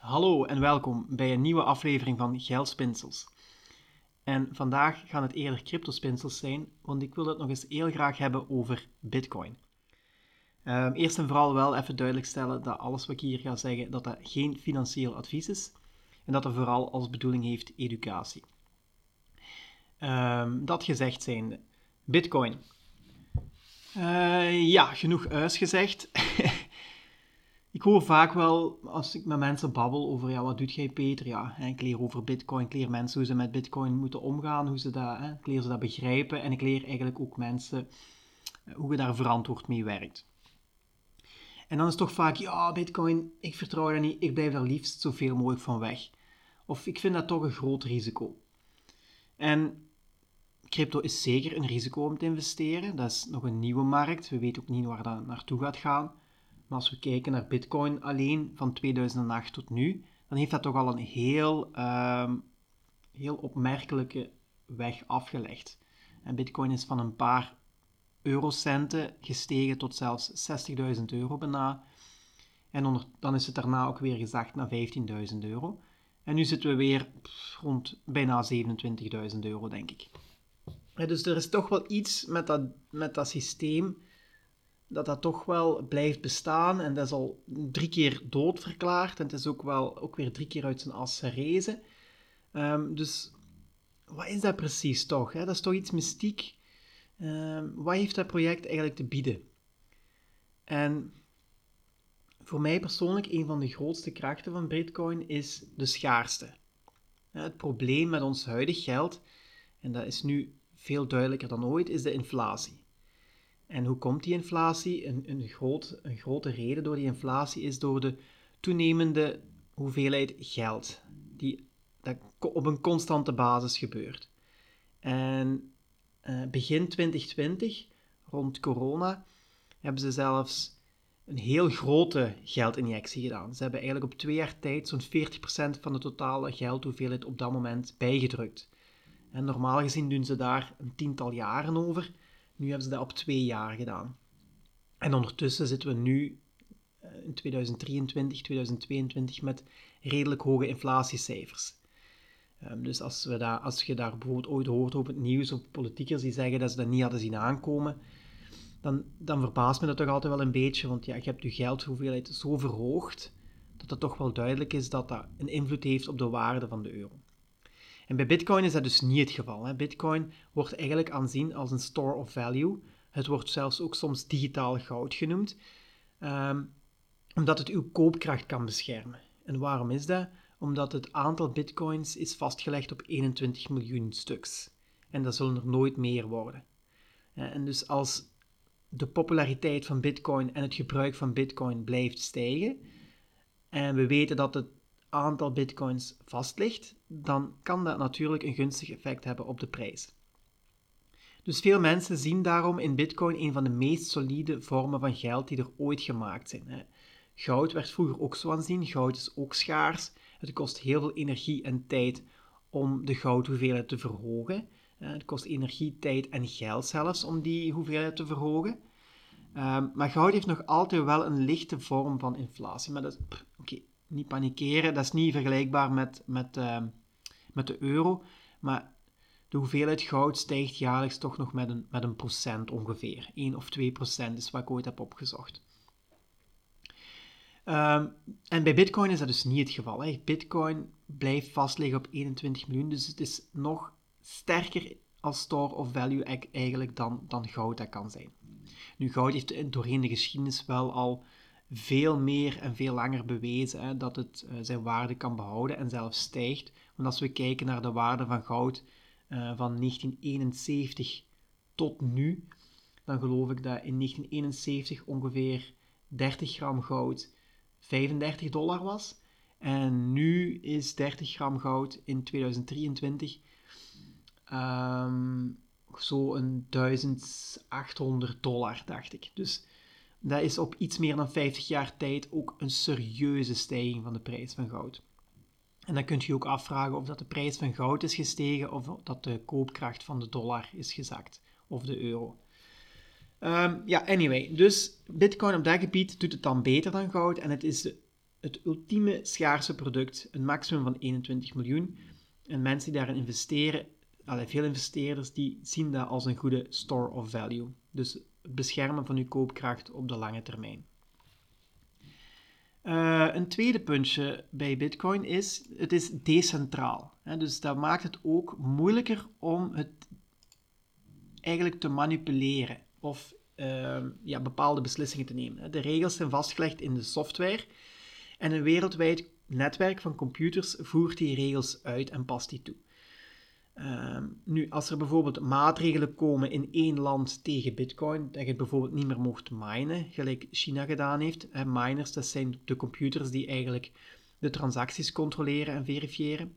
Hallo en welkom bij een nieuwe aflevering van Geldspinsels. En vandaag gaan het eerder cryptospinsels zijn, want ik wil het nog eens heel graag hebben over Bitcoin. Eerst en vooral wel even duidelijk stellen dat alles wat ik hier ga zeggen, dat geen financieel advies is en dat er vooral als bedoeling heeft educatie. Dat gezegd zijnde, Bitcoin. Genoeg uitgezegd. Ik hoor vaak wel, als ik met mensen babbel over, wat doet jij Peter? Ja, ik leer over Bitcoin, ik leer mensen hoe ze met Bitcoin moeten omgaan, ik leer ze dat begrijpen en ik leer eigenlijk ook mensen hoe je daar verantwoord mee werkt. En dan is het toch vaak, ja, Bitcoin, ik vertrouw dat niet, ik blijf daar liefst zoveel mogelijk van weg. Of ik vind dat toch een groot risico. En crypto is zeker een risico om te investeren, dat is nog een nieuwe markt, we weten ook niet waar dat naartoe gaat gaan. Maar als we kijken naar Bitcoin alleen van 2008 tot nu, dan heeft dat toch al een heel opmerkelijke weg afgelegd. En Bitcoin is van een paar eurocenten gestegen tot zelfs €60.000 bijna. En dan is het daarna ook weer gezakt naar €15.000. En nu zitten we weer rond bijna €27.000, denk ik. Dus er is toch wel iets met dat systeem dat toch wel blijft bestaan en dat is al 3 keer doodverklaard en het is ook weer 3 keer uit zijn as herrezen. Dus wat is dat precies toch? Hè? Dat is toch iets mystiek. Wat heeft dat project eigenlijk te bieden? En voor mij persoonlijk, een van de grootste krachten van Bitcoin is de schaarste. Het probleem met ons huidig geld, en dat is nu veel duidelijker dan ooit, is de inflatie. En hoe komt die inflatie? Een grote reden door die inflatie is door de toenemende hoeveelheid geld dat op een constante basis gebeurt. En begin 2020, rond corona, hebben ze zelfs een heel grote geldinjectie gedaan. Ze hebben eigenlijk op 2 jaar tijd zo'n 40% van de totale geldhoeveelheid op dat moment bijgedrukt. En normaal gezien doen ze daar een 10-tal jaren over. Nu hebben ze dat op 2 jaar gedaan. En ondertussen zitten we nu in 2023, 2022 met redelijk hoge inflatiecijfers. Dus als je daar bijvoorbeeld ooit hoort op het nieuws of politiekers die zeggen dat ze dat niet hadden zien aankomen, dan verbaast me dat toch altijd wel een beetje, want ja, je hebt je geldhoeveelheid zo verhoogd dat het toch wel duidelijk is dat dat een invloed heeft op de waarde van de euro. En bij Bitcoin is dat dus niet het geval. Hè. Bitcoin wordt eigenlijk aanzien als een store of value. Het wordt zelfs ook soms digitaal goud genoemd, omdat het uw koopkracht kan beschermen. En waarom is dat? Omdat het aantal bitcoins is vastgelegd op 21 miljoen stuks. En dat zullen er nooit meer worden. En dus als de populariteit van bitcoin en het gebruik van bitcoin blijft stijgen, en we weten dat het aantal bitcoins vast ligt, dan kan dat natuurlijk een gunstig effect hebben op de prijs. Dus veel mensen zien daarom in bitcoin een van de meest solide vormen van geld die er ooit gemaakt zijn. Goud werd vroeger ook zo aanzien, goud is ook schaars, het kost heel veel energie en tijd om de goudhoeveelheid te verhogen. Het kost energie, tijd en geld zelfs om die hoeveelheid te verhogen. Maar goud heeft nog altijd wel een lichte vorm van inflatie, maar dat is, niet panikeren, dat is niet vergelijkbaar met de euro, maar de hoeveelheid goud stijgt jaarlijks toch nog met een procent ongeveer. 1 of 2% is wat ik ooit heb opgezocht. En bij Bitcoin is dat dus niet het geval. Hè. Bitcoin blijft vastliggen op 21 miljoen, dus het is nog sterker als store of value eigenlijk dan goud dat kan zijn. Nu, goud heeft doorheen de geschiedenis wel al veel meer en veel langer bewezen dat het zijn waarde kan behouden en zelfs stijgt. Want als we kijken naar de waarde van goud van 1971 tot nu, dan geloof ik dat in 1971 ongeveer 30 gram goud $35 was. En nu is 30 gram goud in 2023 zo'n $1.800, dacht ik. Dus dat is op iets meer dan 50 jaar tijd ook een serieuze stijging van de prijs van goud. En dan kun je je ook afvragen of dat de prijs van goud is gestegen of dat de koopkracht van de dollar is gezakt, of de euro. Anyway, dus Bitcoin op dat gebied doet het dan beter dan goud en het is het ultieme schaarse product, een maximum van 21 miljoen. En mensen die daarin investeren, veel investeerders, die zien dat als een goede store of value. Dus het beschermen van uw koopkracht op de lange termijn. Een tweede puntje bij Bitcoin is, het is decentraal. Dus dat maakt het ook moeilijker om het eigenlijk te manipuleren of bepaalde beslissingen te nemen. De regels zijn vastgelegd in de software en een wereldwijd netwerk van computers voert die regels uit en past die toe. Nu, als er bijvoorbeeld maatregelen komen in één land tegen Bitcoin, dat je het bijvoorbeeld niet meer mocht minen, gelijk China gedaan heeft. Miners, dat zijn de computers die eigenlijk de transacties controleren en verifiëren.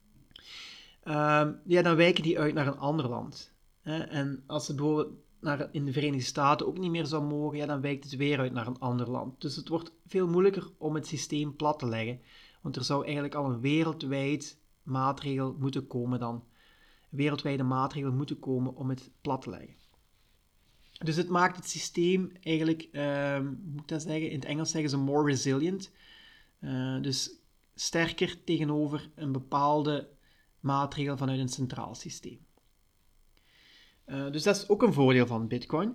Dan wijken die uit naar een ander land. En als het bijvoorbeeld in de Verenigde Staten ook niet meer zou mogen, dan wijkt het weer uit naar een ander land. Dus het wordt veel moeilijker om het systeem plat te leggen, want er zou eigenlijk al een wereldwijde maatregel moeten komen om het plat te leggen. Dus het maakt het systeem eigenlijk, moet ik dat zeggen, in het Engels zeggen ze more resilient. Dus sterker tegenover een bepaalde maatregel vanuit een centraal systeem. Dus dat is ook een voordeel van Bitcoin.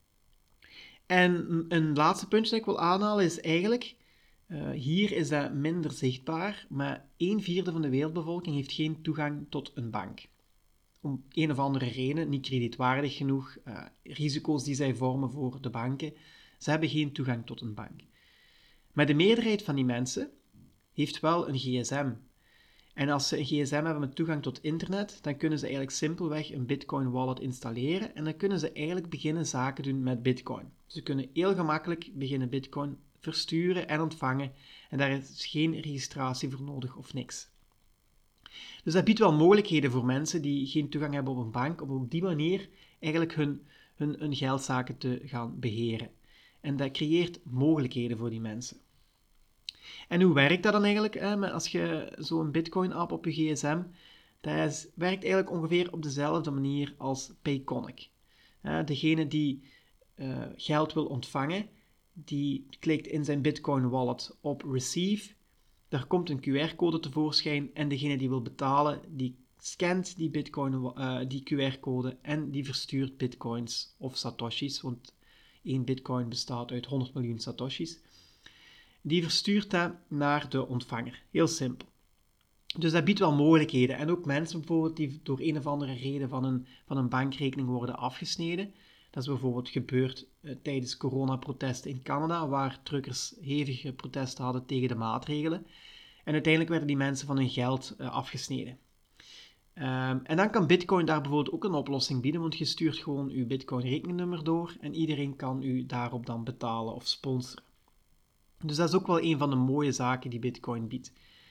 En een laatste puntje dat ik wil aanhalen is eigenlijk, hier is dat minder zichtbaar, maar 1/4 van de wereldbevolking heeft geen toegang tot een bank. Om een of andere reden, niet kredietwaardig genoeg, risico's die zij vormen voor de banken, ze hebben geen toegang tot een bank. Maar de meerderheid van die mensen heeft wel een gsm. En als ze een gsm hebben met toegang tot internet, dan kunnen ze eigenlijk simpelweg een Bitcoin wallet installeren en dan kunnen ze eigenlijk beginnen zaken doen met Bitcoin. Ze kunnen heel gemakkelijk beginnen Bitcoin versturen en ontvangen en daar is geen registratie voor nodig of niks. Dus dat biedt wel mogelijkheden voor mensen die geen toegang hebben op een bank, om op die manier eigenlijk hun geldzaken te gaan beheren. En dat creëert mogelijkheden voor die mensen. En hoe werkt dat dan eigenlijk? Als je zo'n Bitcoin-app op je gsm, dat werkt eigenlijk ongeveer op dezelfde manier als Payconic. Degene die geld wil ontvangen, die klikt in zijn Bitcoin wallet op Receive. Daar komt een QR-code tevoorschijn en degene die wil betalen, die scant die QR-code en die verstuurt bitcoins of satoshis, want 1 bitcoin bestaat uit 100 miljoen satoshis. Die verstuurt dat naar de ontvanger. Heel simpel. Dus dat biedt wel mogelijkheden. En ook mensen bijvoorbeeld die door een of andere reden van een bankrekening worden afgesneden. Dat is bijvoorbeeld gebeurd tijdens coronaprotesten in Canada, waar truckers hevige protesten hadden tegen de maatregelen. En uiteindelijk werden die mensen van hun geld afgesneden. En dan kan Bitcoin daar bijvoorbeeld ook een oplossing bieden, want je stuurt gewoon je Bitcoin-rekeningnummer door en iedereen kan u daarop dan betalen of sponsoren. Dus dat is ook wel een van de mooie zaken die Bitcoin biedt.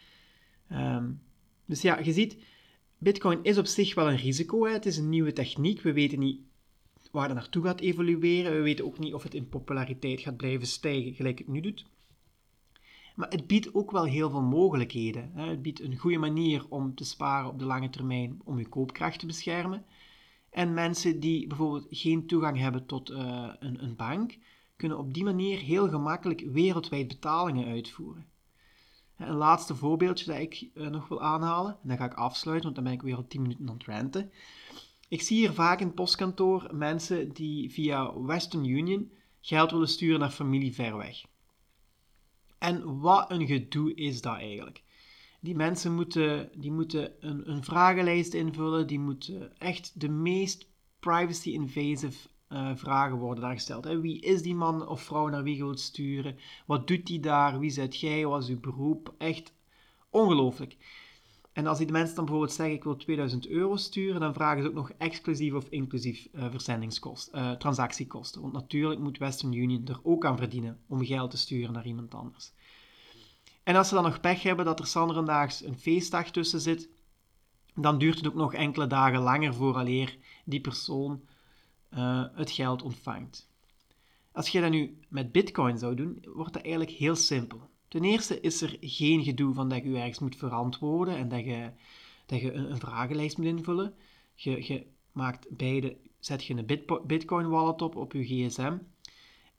Dus ja, je ziet, Bitcoin is op zich wel een risico. Hè. Het is een nieuwe techniek. We weten niet waar het naartoe gaat evolueren. We weten ook niet of het in populariteit gaat blijven stijgen, gelijk het nu doet. Maar het biedt ook wel heel veel mogelijkheden. Hè. Het biedt een goede manier om te sparen op de lange termijn, om je koopkracht te beschermen. En mensen die bijvoorbeeld geen toegang hebben tot een bank, kunnen op die manier heel gemakkelijk wereldwijd betalingen uitvoeren. Een laatste voorbeeldje dat ik nog wil aanhalen, en dan ga ik afsluiten, want dan ben ik weer al 10 minuten aan het ranten. Ik zie hier vaak in het postkantoor mensen die via Western Union geld willen sturen naar familie ver weg. En wat een gedoe is dat eigenlijk. Die mensen moeten een vragenlijst invullen, die moeten echt de meest privacy-invasive vragen worden daar gesteld. Hè? Wie is die man of vrouw naar wie je wilt sturen? Wat doet die daar? Wie zijt jij? Wat is uw beroep? Echt ongelooflijk. En als die mensen dan bijvoorbeeld zeggen, ik wil €2000 sturen, dan vragen ze ook nog exclusief of inclusief transactiekosten. Want natuurlijk moet Western Union er ook aan verdienen om geld te sturen naar iemand anders. En als ze dan nog pech hebben dat er sanderendaags een feestdag tussen zit, dan duurt het ook nog enkele dagen langer vooraleer die persoon het geld ontvangt. Als je dat nu met Bitcoin zou doen, wordt dat eigenlijk heel simpel. Ten eerste is er geen gedoe van dat je ergens moet verantwoorden en dat je een vragenlijst moet invullen. Je maakt zet je een Bitcoin wallet op je gsm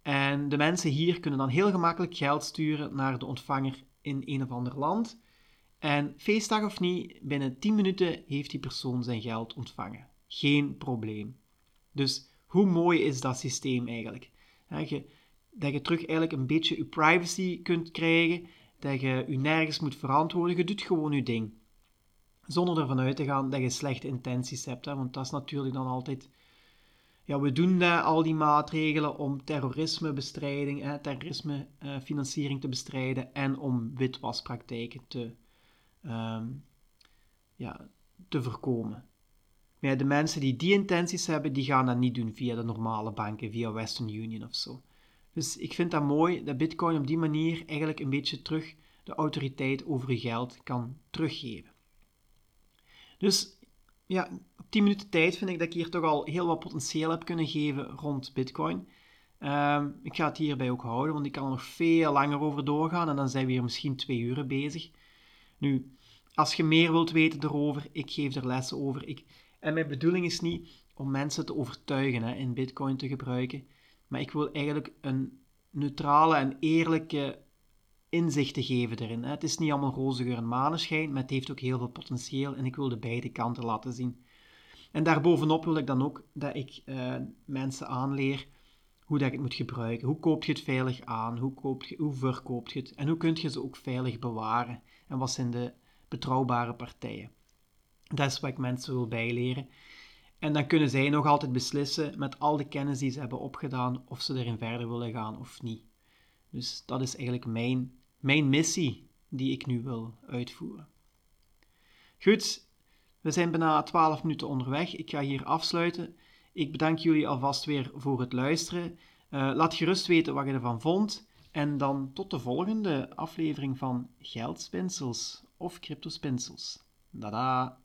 En de mensen hier kunnen dan heel gemakkelijk geld sturen naar de ontvanger in een of ander land. En feestdag of niet, binnen 10 minuten heeft die persoon zijn geld ontvangen. Geen probleem. Dus hoe mooi is dat systeem eigenlijk? Dat je terug eigenlijk een beetje je privacy kunt krijgen, dat je je nergens moet verantwoorden, je doet gewoon je ding. Zonder ervan uit te gaan dat je slechte intenties hebt, want dat is natuurlijk dan altijd... Ja, we doen al die maatregelen om terrorismebestrijding, terrorismefinanciering te bestrijden en om witwaspraktijken te voorkomen. Maar de mensen die intenties hebben, die gaan dat niet doen via de normale banken, via Western Union of zo. Dus ik vind dat mooi dat Bitcoin op die manier eigenlijk een beetje terug de autoriteit over je geld kan teruggeven. Dus ja, op 10 minuten tijd vind ik dat ik hier toch al heel wat potentieel heb kunnen geven rond Bitcoin. Ik ga het hierbij ook houden, want ik kan er nog veel langer over doorgaan en dan zijn we hier misschien 2 uur bezig. Nu, als je meer wilt weten erover, ik geef er lessen over. En mijn bedoeling is niet om mensen te overtuigen in Bitcoin te gebruiken, maar ik wil eigenlijk een neutrale en eerlijke inzicht te geven erin. Het is niet allemaal roze geur en maneschijn, maar het heeft ook heel veel potentieel en ik wil de beide kanten laten zien. En daarbovenop wil ik dan ook dat ik mensen aanleer hoe dat je het moet gebruiken. Hoe koop je het veilig aan? Hoe verkoop je het? En hoe kun je ze ook veilig bewaren? En wat zijn de betrouwbare partijen? Dat is wat ik mensen wil bijleren. En dan kunnen zij nog altijd beslissen met al de kennis die ze hebben opgedaan of ze erin verder willen gaan of niet. Dus dat is eigenlijk mijn missie die ik nu wil uitvoeren. Goed, we zijn bijna 12 minuten onderweg. Ik ga hier afsluiten. Ik bedank jullie alvast weer voor het luisteren. Laat gerust weten wat je ervan vond. En dan tot de volgende aflevering van Geldspinsels of Cryptospinsels. Dada!